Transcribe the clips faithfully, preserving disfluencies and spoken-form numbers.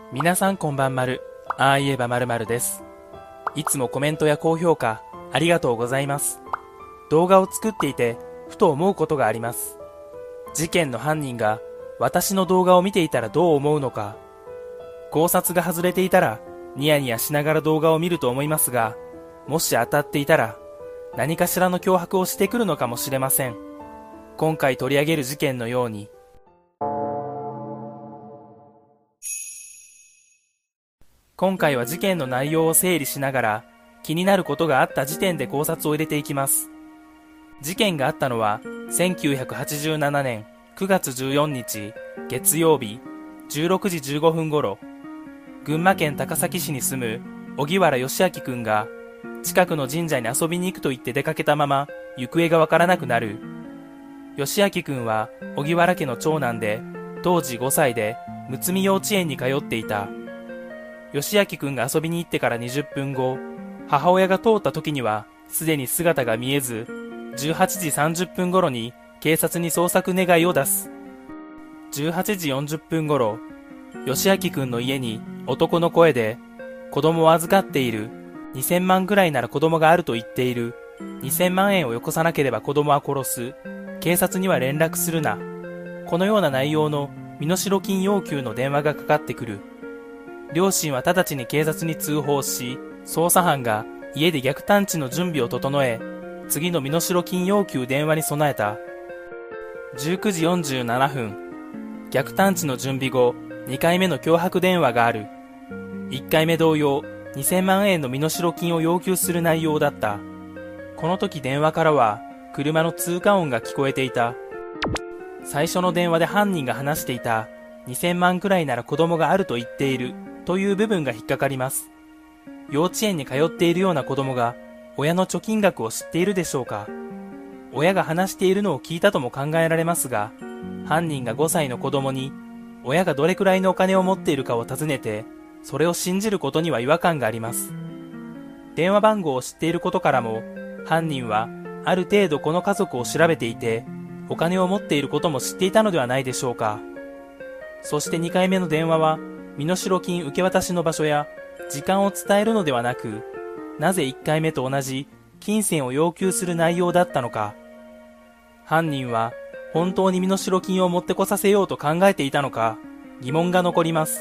皆さんこんばんまる。ああ言えばまるまるです。いつもコメントや高評価ありがとうございます。動画を作っていてふと思うことがあります。事件の犯人が私の動画を見ていたらどう思うのか。考察が外れていたらニヤニヤしながら動画を見ると思いますが、もし当たっていたら何かしらの脅迫をしてくるのかもしれません。今回取り上げる事件のように。今回は事件の内容を整理しながら気になることがあった時点で考察を入れていきます。事件があったのはせんきゅうひゃくはちじゅうななねんくがつじゅうよっか月曜日じゅうろくじじゅうごふん頃、群馬県高崎市に住む荻原義明くんが近くの神社に遊びに行くと言って出かけたまま行方がわからなくなる。義明くんは荻原家の長男で、当時ごさいでむみ幼稚園に通っていた。義明くんが遊びに行ってからにじゅっぷんご、母親が通った時にはすでに姿が見えず、じゅうはちじさんじゅっぷん頃に警察に捜索願いを出す。じゅうはちじよんじゅっぷん頃、義明くんの家に男の声で、子供を預かっている、にせんまんぐらいなら子供があると言っている、にせんまんえんをよこさなければ子供は殺す、警察には連絡するな、このような内容の身代金要求の電話がかかってくる。両親は直ちに警察に通報し、捜査班が家で逆探知の準備を整え、次の身代金要求電話に備えた。じゅうくじよんじゅうななふん、逆探知の準備後、にかいめの脅迫電話がある。いっかいめ同様、にせんまんえんの身代金を要求する内容だった。この時電話からは、車の通過音が聞こえていた。最初の電話で犯人が話していた、にせんまんくらいなら子供があると言っている、という部分が引っかかります。幼稚園に通っているような子供が、親の貯金額を知っているでしょうか。親が話しているのを聞いたとも考えられますが、犯人がごさいの子供に、親がどれくらいのお金を持っているかを尋ねて、それを信じることには違和感があります。電話番号を知っていることからも、犯人はある程度この家族を調べていて、お金を持っていることも知っていたのではないでしょうか。そしてにかいめの電話は、身代金受け渡しの場所や時間を伝えるのではなく、なぜいっかいめと同じ金銭を要求する内容だったのか。犯人は本当に身代金を持ってこさせようと考えていたのか、疑問が残ります。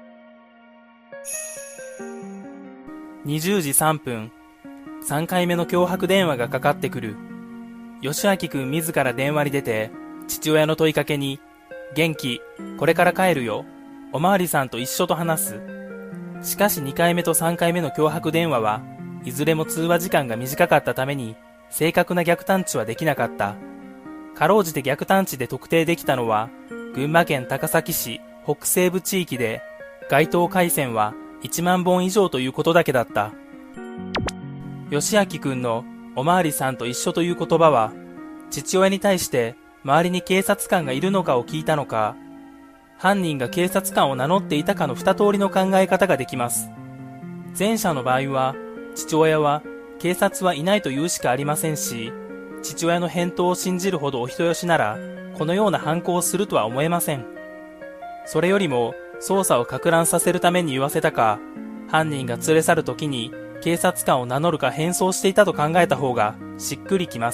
にじゅうじさんぷん、さんかいめの脅迫電話がかかってくる。義明くん自ら電話に出て、父親の問いかけに、元気、これから帰るよ、おまわりさんと一緒と話す。しかしにかいめとさんかいめの脅迫電話はいずれも通話時間が短かったために正確な逆探知はできなかった。かろうじて逆探知で特定できたのは群馬県高崎市北西部地域で、該当回線はいちまんぼん以上ということだけだった。義明くんのおまわりさんと一緒という言葉は、父親に対して周りに警察官がいるのかを聞いたのか、犯人が警察官を名乗っていたかの二通りの考え方ができます。前者の場合は、父親は警察はいないと言うしかありませんし、父親の返答を信じるほどお人よしなら、このような犯行をするとは思えません。それよりも、捜査を攪乱させるために言わせたか、犯人が連れ去るときに警察官を名乗るか変装していたと考えた方がしっくりきます。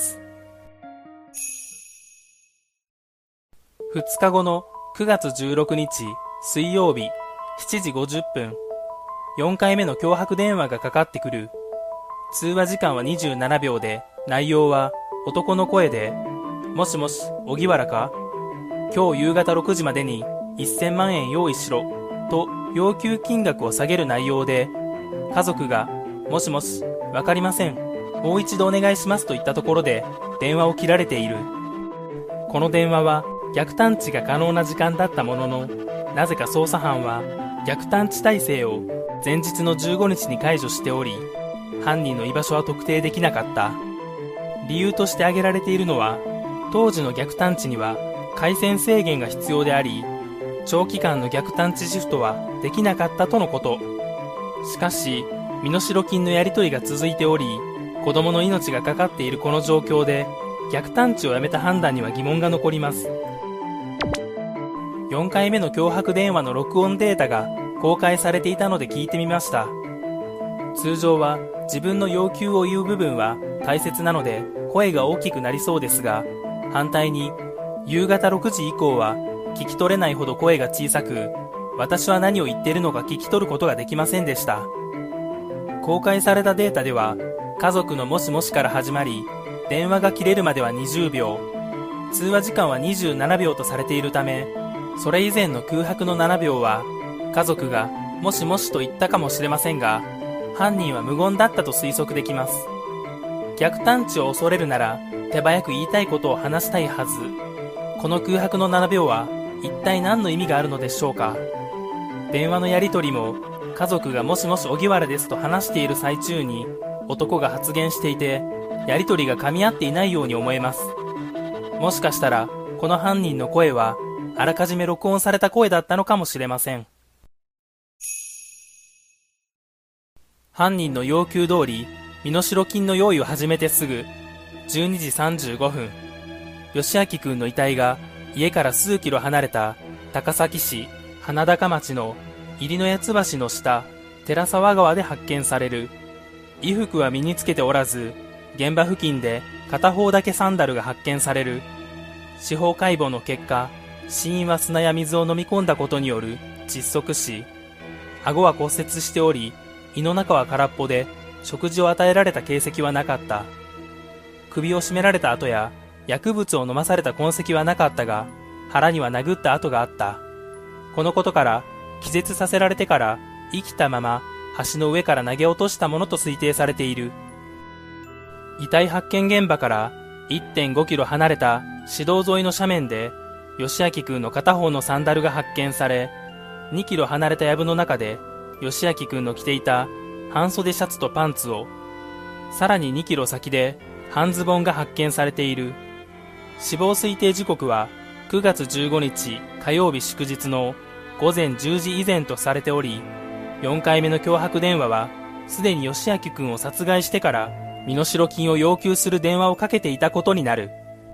ふつかごのくがつじゅうろくにち水曜日しちじごじゅっぷん、よんかいめの脅迫電話がかかってくる。通話時間はにじゅうななびょうで、内容は男の声で、もしもし、荻原か？今日夕方ろくじまでにせんまんえん用意しろと要求金額を下げる内容で、家族がもしもし、わかりません、もう一度お願いしますと言ったところで電話を切られている。この電話は逆探知が可能な時間だったものの、なぜか捜査班は逆探知体制を前日のじゅうごにちに解除しており、犯人の居場所は特定できなかった。理由として挙げられているのは、当時の逆探知には回線制限が必要であり、長期間の逆探知シフトはできなかったとのこと。しかし身代金のやり取りが続いており、子供の命がかかっているこの状況で逆探知をやめた判断には疑問が残ります。よんかいめの脅迫電話の録音データが公開されていたので聞いてみました。通常は自分の要求を言う部分は大切なので声が大きくなりそうですが、反対に夕方ろくじ以降は聞き取れないほど声が小さく、私は何を言っているのか聞き取ることができませんでした。公開されたデータでは、家族のもしもしから始まり、電話が切れるまではにじゅうびょう、通話時間はにじゅうななびょうとされているため、それ以前の空白のななびょうは家族がもしもしと言ったかもしれませんが、犯人は無言だったと推測できます。逆探知を恐れるなら手早く言いたいことを話したいはず。この空白のななびょうは一体何の意味があるのでしょうか。電話のやり取りも家族がもしもし荻原ですと話している最中に男が発言していて、やり取りが噛み合っていないように思えます。もしかしたらこの犯人の声はあらかじめ録音された声だったのかもしれません。犯人の要求通り身代金の用意を始めてすぐ、じゅうにじさんじゅうごふん、吉明くんの遺体が家から数キロ離れた高崎市花高町の入野八つ橋の下寺沢川で発見される。衣服は身につけておらず、現場付近で片方だけサンダルが発見される。司法解剖の結果、死因は砂や水を飲み込んだことによる窒息死。顎は骨折しており、胃の中は空っぽで食事を与えられた形跡はなかった。首を絞められた跡や薬物を飲まされた痕跡はなかったが、腹には殴った跡があった。このことから気絶させられてから生きたまま橋の上から投げ落としたものと推定されている。遺体発見現場から いってんごキロ離れた市道沿いの斜面で吉明くんの片方のサンダルが発見され、にキロ離れた藪の中で吉明くんの着ていた半袖シャツとパンツを、さらににキロ先で半ズボンが発見されている。死亡推定時刻はくがつじゅうごにち火曜日祝日のごぜんじゅうじ以前とされており、よんかいめの脅迫電話はすでに吉明くんを殺害してから身代金を要求する電話をかけていたことになる。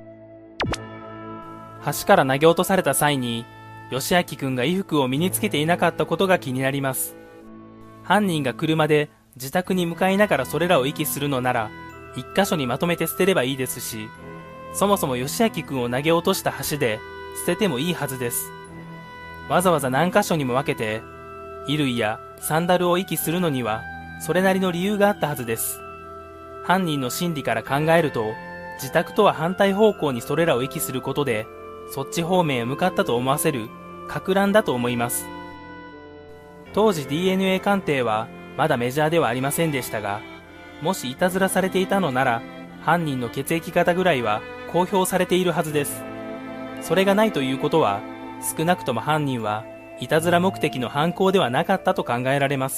橋から投げ落とされた際に吉明くんが衣服を身につけていなかったことが気になります。犯人が車で自宅に向かいながらそれらを遺棄するのなら一箇所にまとめて捨てればいいですし、そもそも吉明くんを投げ落とした橋で捨ててもいいはずです。わざわざ何箇所にも分けて衣類やサンダルを遺棄するのにはそれなりの理由があったはずです。犯人の心理から考えると、自宅とは反対方向にそれらを遺棄することでそっち方面へ向かったと思わせる撹乱だと思います。当時 ディーエヌエー 鑑定はまだメジャーではありませんでしたが、もしいたずらされていたのなら犯人の血液型ぐらいは公表されているはずです。それがないということは、少なくとも犯人はいたずら目的の犯行ではなかったと考えられます。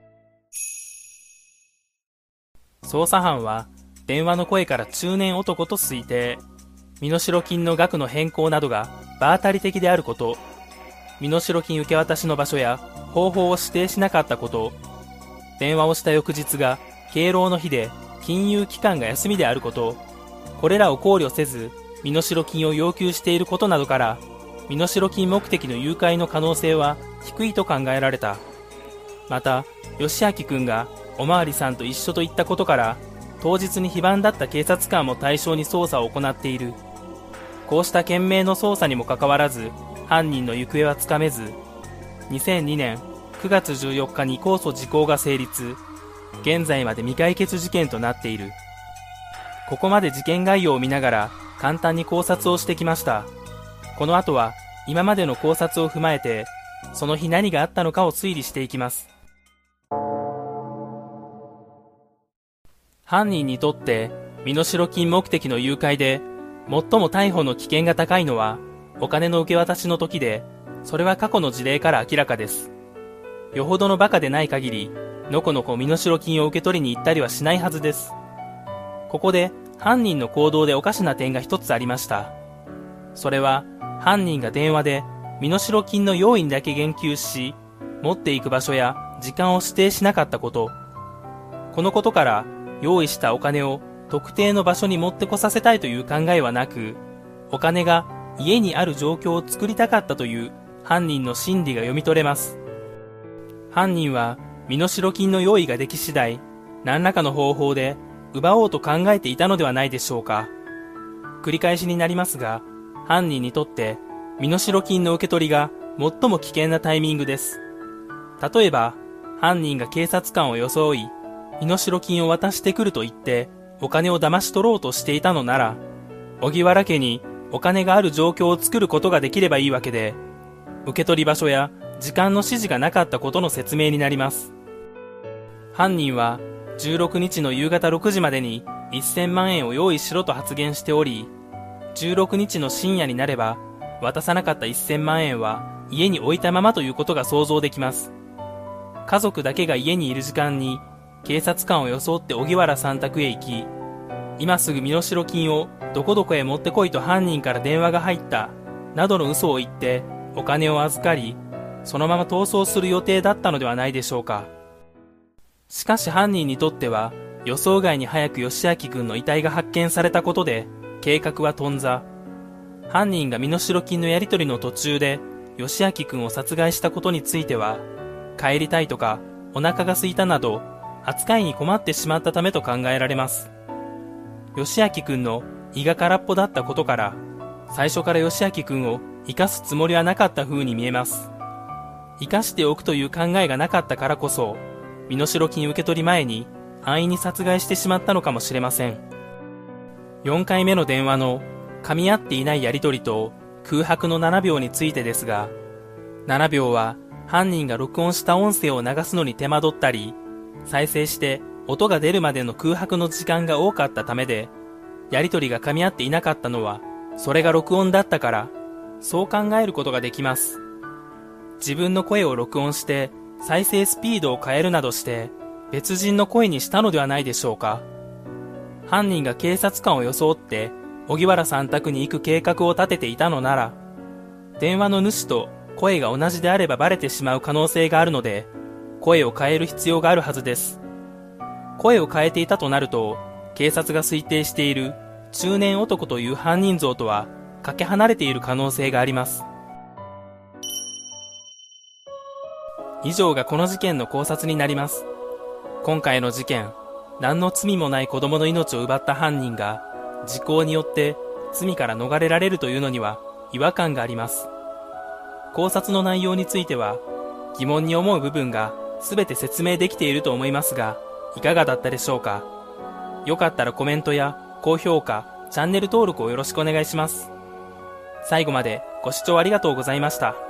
捜査班は電話の声から中年男と推定。身代金の額の変更などが場当たり的であること、身代金受け渡しの場所や方法を指定しなかったこと、電話をした翌日が敬老の日で金融機関が休みであること、これらを考慮せず身代金を要求していることなどから、身代金目的の誘拐の可能性は低いと考えられた。また吉明くんがおまわりさんと一緒といったことから、当日に非番だった警察官も対象に捜査を行っている。こうした懸命の捜査にもかかわらず犯人の行方はつかめず、にせんにねんくがつじゅうよっかに控訴時効が成立。現在まで未解決事件となっている。ここまで事件概要を見ながら簡単に考察をしてきました。この後は今までの考察を踏まえて、その日何があったのかを推理していきます。犯人にとって身代金目的の誘拐で最も逮捕の危険が高いのはお金の受け渡しの時で、それは過去の事例から明らかです。よほどのバカでない限り、のこのこ身代金を受け取りに行ったりはしないはずです。ここで犯人の行動でおかしな点が一つありました。それは犯人が電話で身代金の用意にだけ言及し、持っていく場所や時間を指定しなかったこと。このことから用意したお金を特定の場所に持ってこさせたいという考えはなく、お金が家にある状況を作りたかったという犯人の心理が読み取れます。 犯人は身代金の用意ができ次第、何らかの方法で奪おうと考えていたのではないでしょうか。繰り返しになりますが、犯人にとって身代金の受け取りが最も危険なタイミングです。例えば、犯人が警察官を装い、身代金を渡してくると言ってお金を騙し取ろうとしていたのなら、荻原家にお金がある状況を作ることができればいいわけで、受け取り場所や時間の指示がなかったことの説明になります。犯人はじゅうろくにちの夕方ろくじまでにせんまんえんを用意しろと発言しており、じゅうろくにちの深夜になれば渡さなかったせんまんえんは家に置いたままということが想像できます。家族だけが家にいる時間に警察官を装って荻原さん宅へ行き、今すぐ身代金をどこどこへ持ってこいと犯人から電話が入ったなどの嘘を言ってお金を預かり、そのまま逃走する予定だったのではないでしょうか。しかし犯人にとっては予想外に早く義明君の遺体が発見されたことで計画は頓挫。犯人が身代金のやり取りの途中で義明君を殺害したことについては、帰りたいとかお腹が空いたなど扱いに困ってしまったためと考えられます。義明君の胃が空っぽだったことから、最初から義明君を生かすつもりはなかった風に見えます。生かしておくという考えがなかったからこそ、身代金受け取り前に安易に殺害してしまったのかもしれません。よんかいめの電話の噛み合っていないやり取りと空白のななびょうについてですが、ななびょうは犯人が録音した音声を流すのに手間取ったり、再生して音が出るまでの空白の時間が多かったためで、やり取りが噛み合っていなかったのはそれが録音だったから、そう考えることができます。自分の声を録音して再生スピードを変えるなどして別人の声にしたのではないでしょうか。犯人が警察官を装って荻原さん宅に行く計画を立てていたのなら、電話の主と声が同じであればバレてしまう可能性があるので、声を変える必要があるはずです。声を変えていたとなると、警察が推定している中年男という犯人像とはかけ離れている可能性があります。以上がこの事件の考察になります。今回の事件、何の罪もない子供の命を奪った犯人が時効によって罪から逃れられるというのには違和感があります。考察の内容については疑問に思う部分が全て説明できていると思いますが、いかがだったでしょうか。よかったらコメントや高評価、チャンネル登録をよろしくお願いします。最後までご視聴ありがとうございました。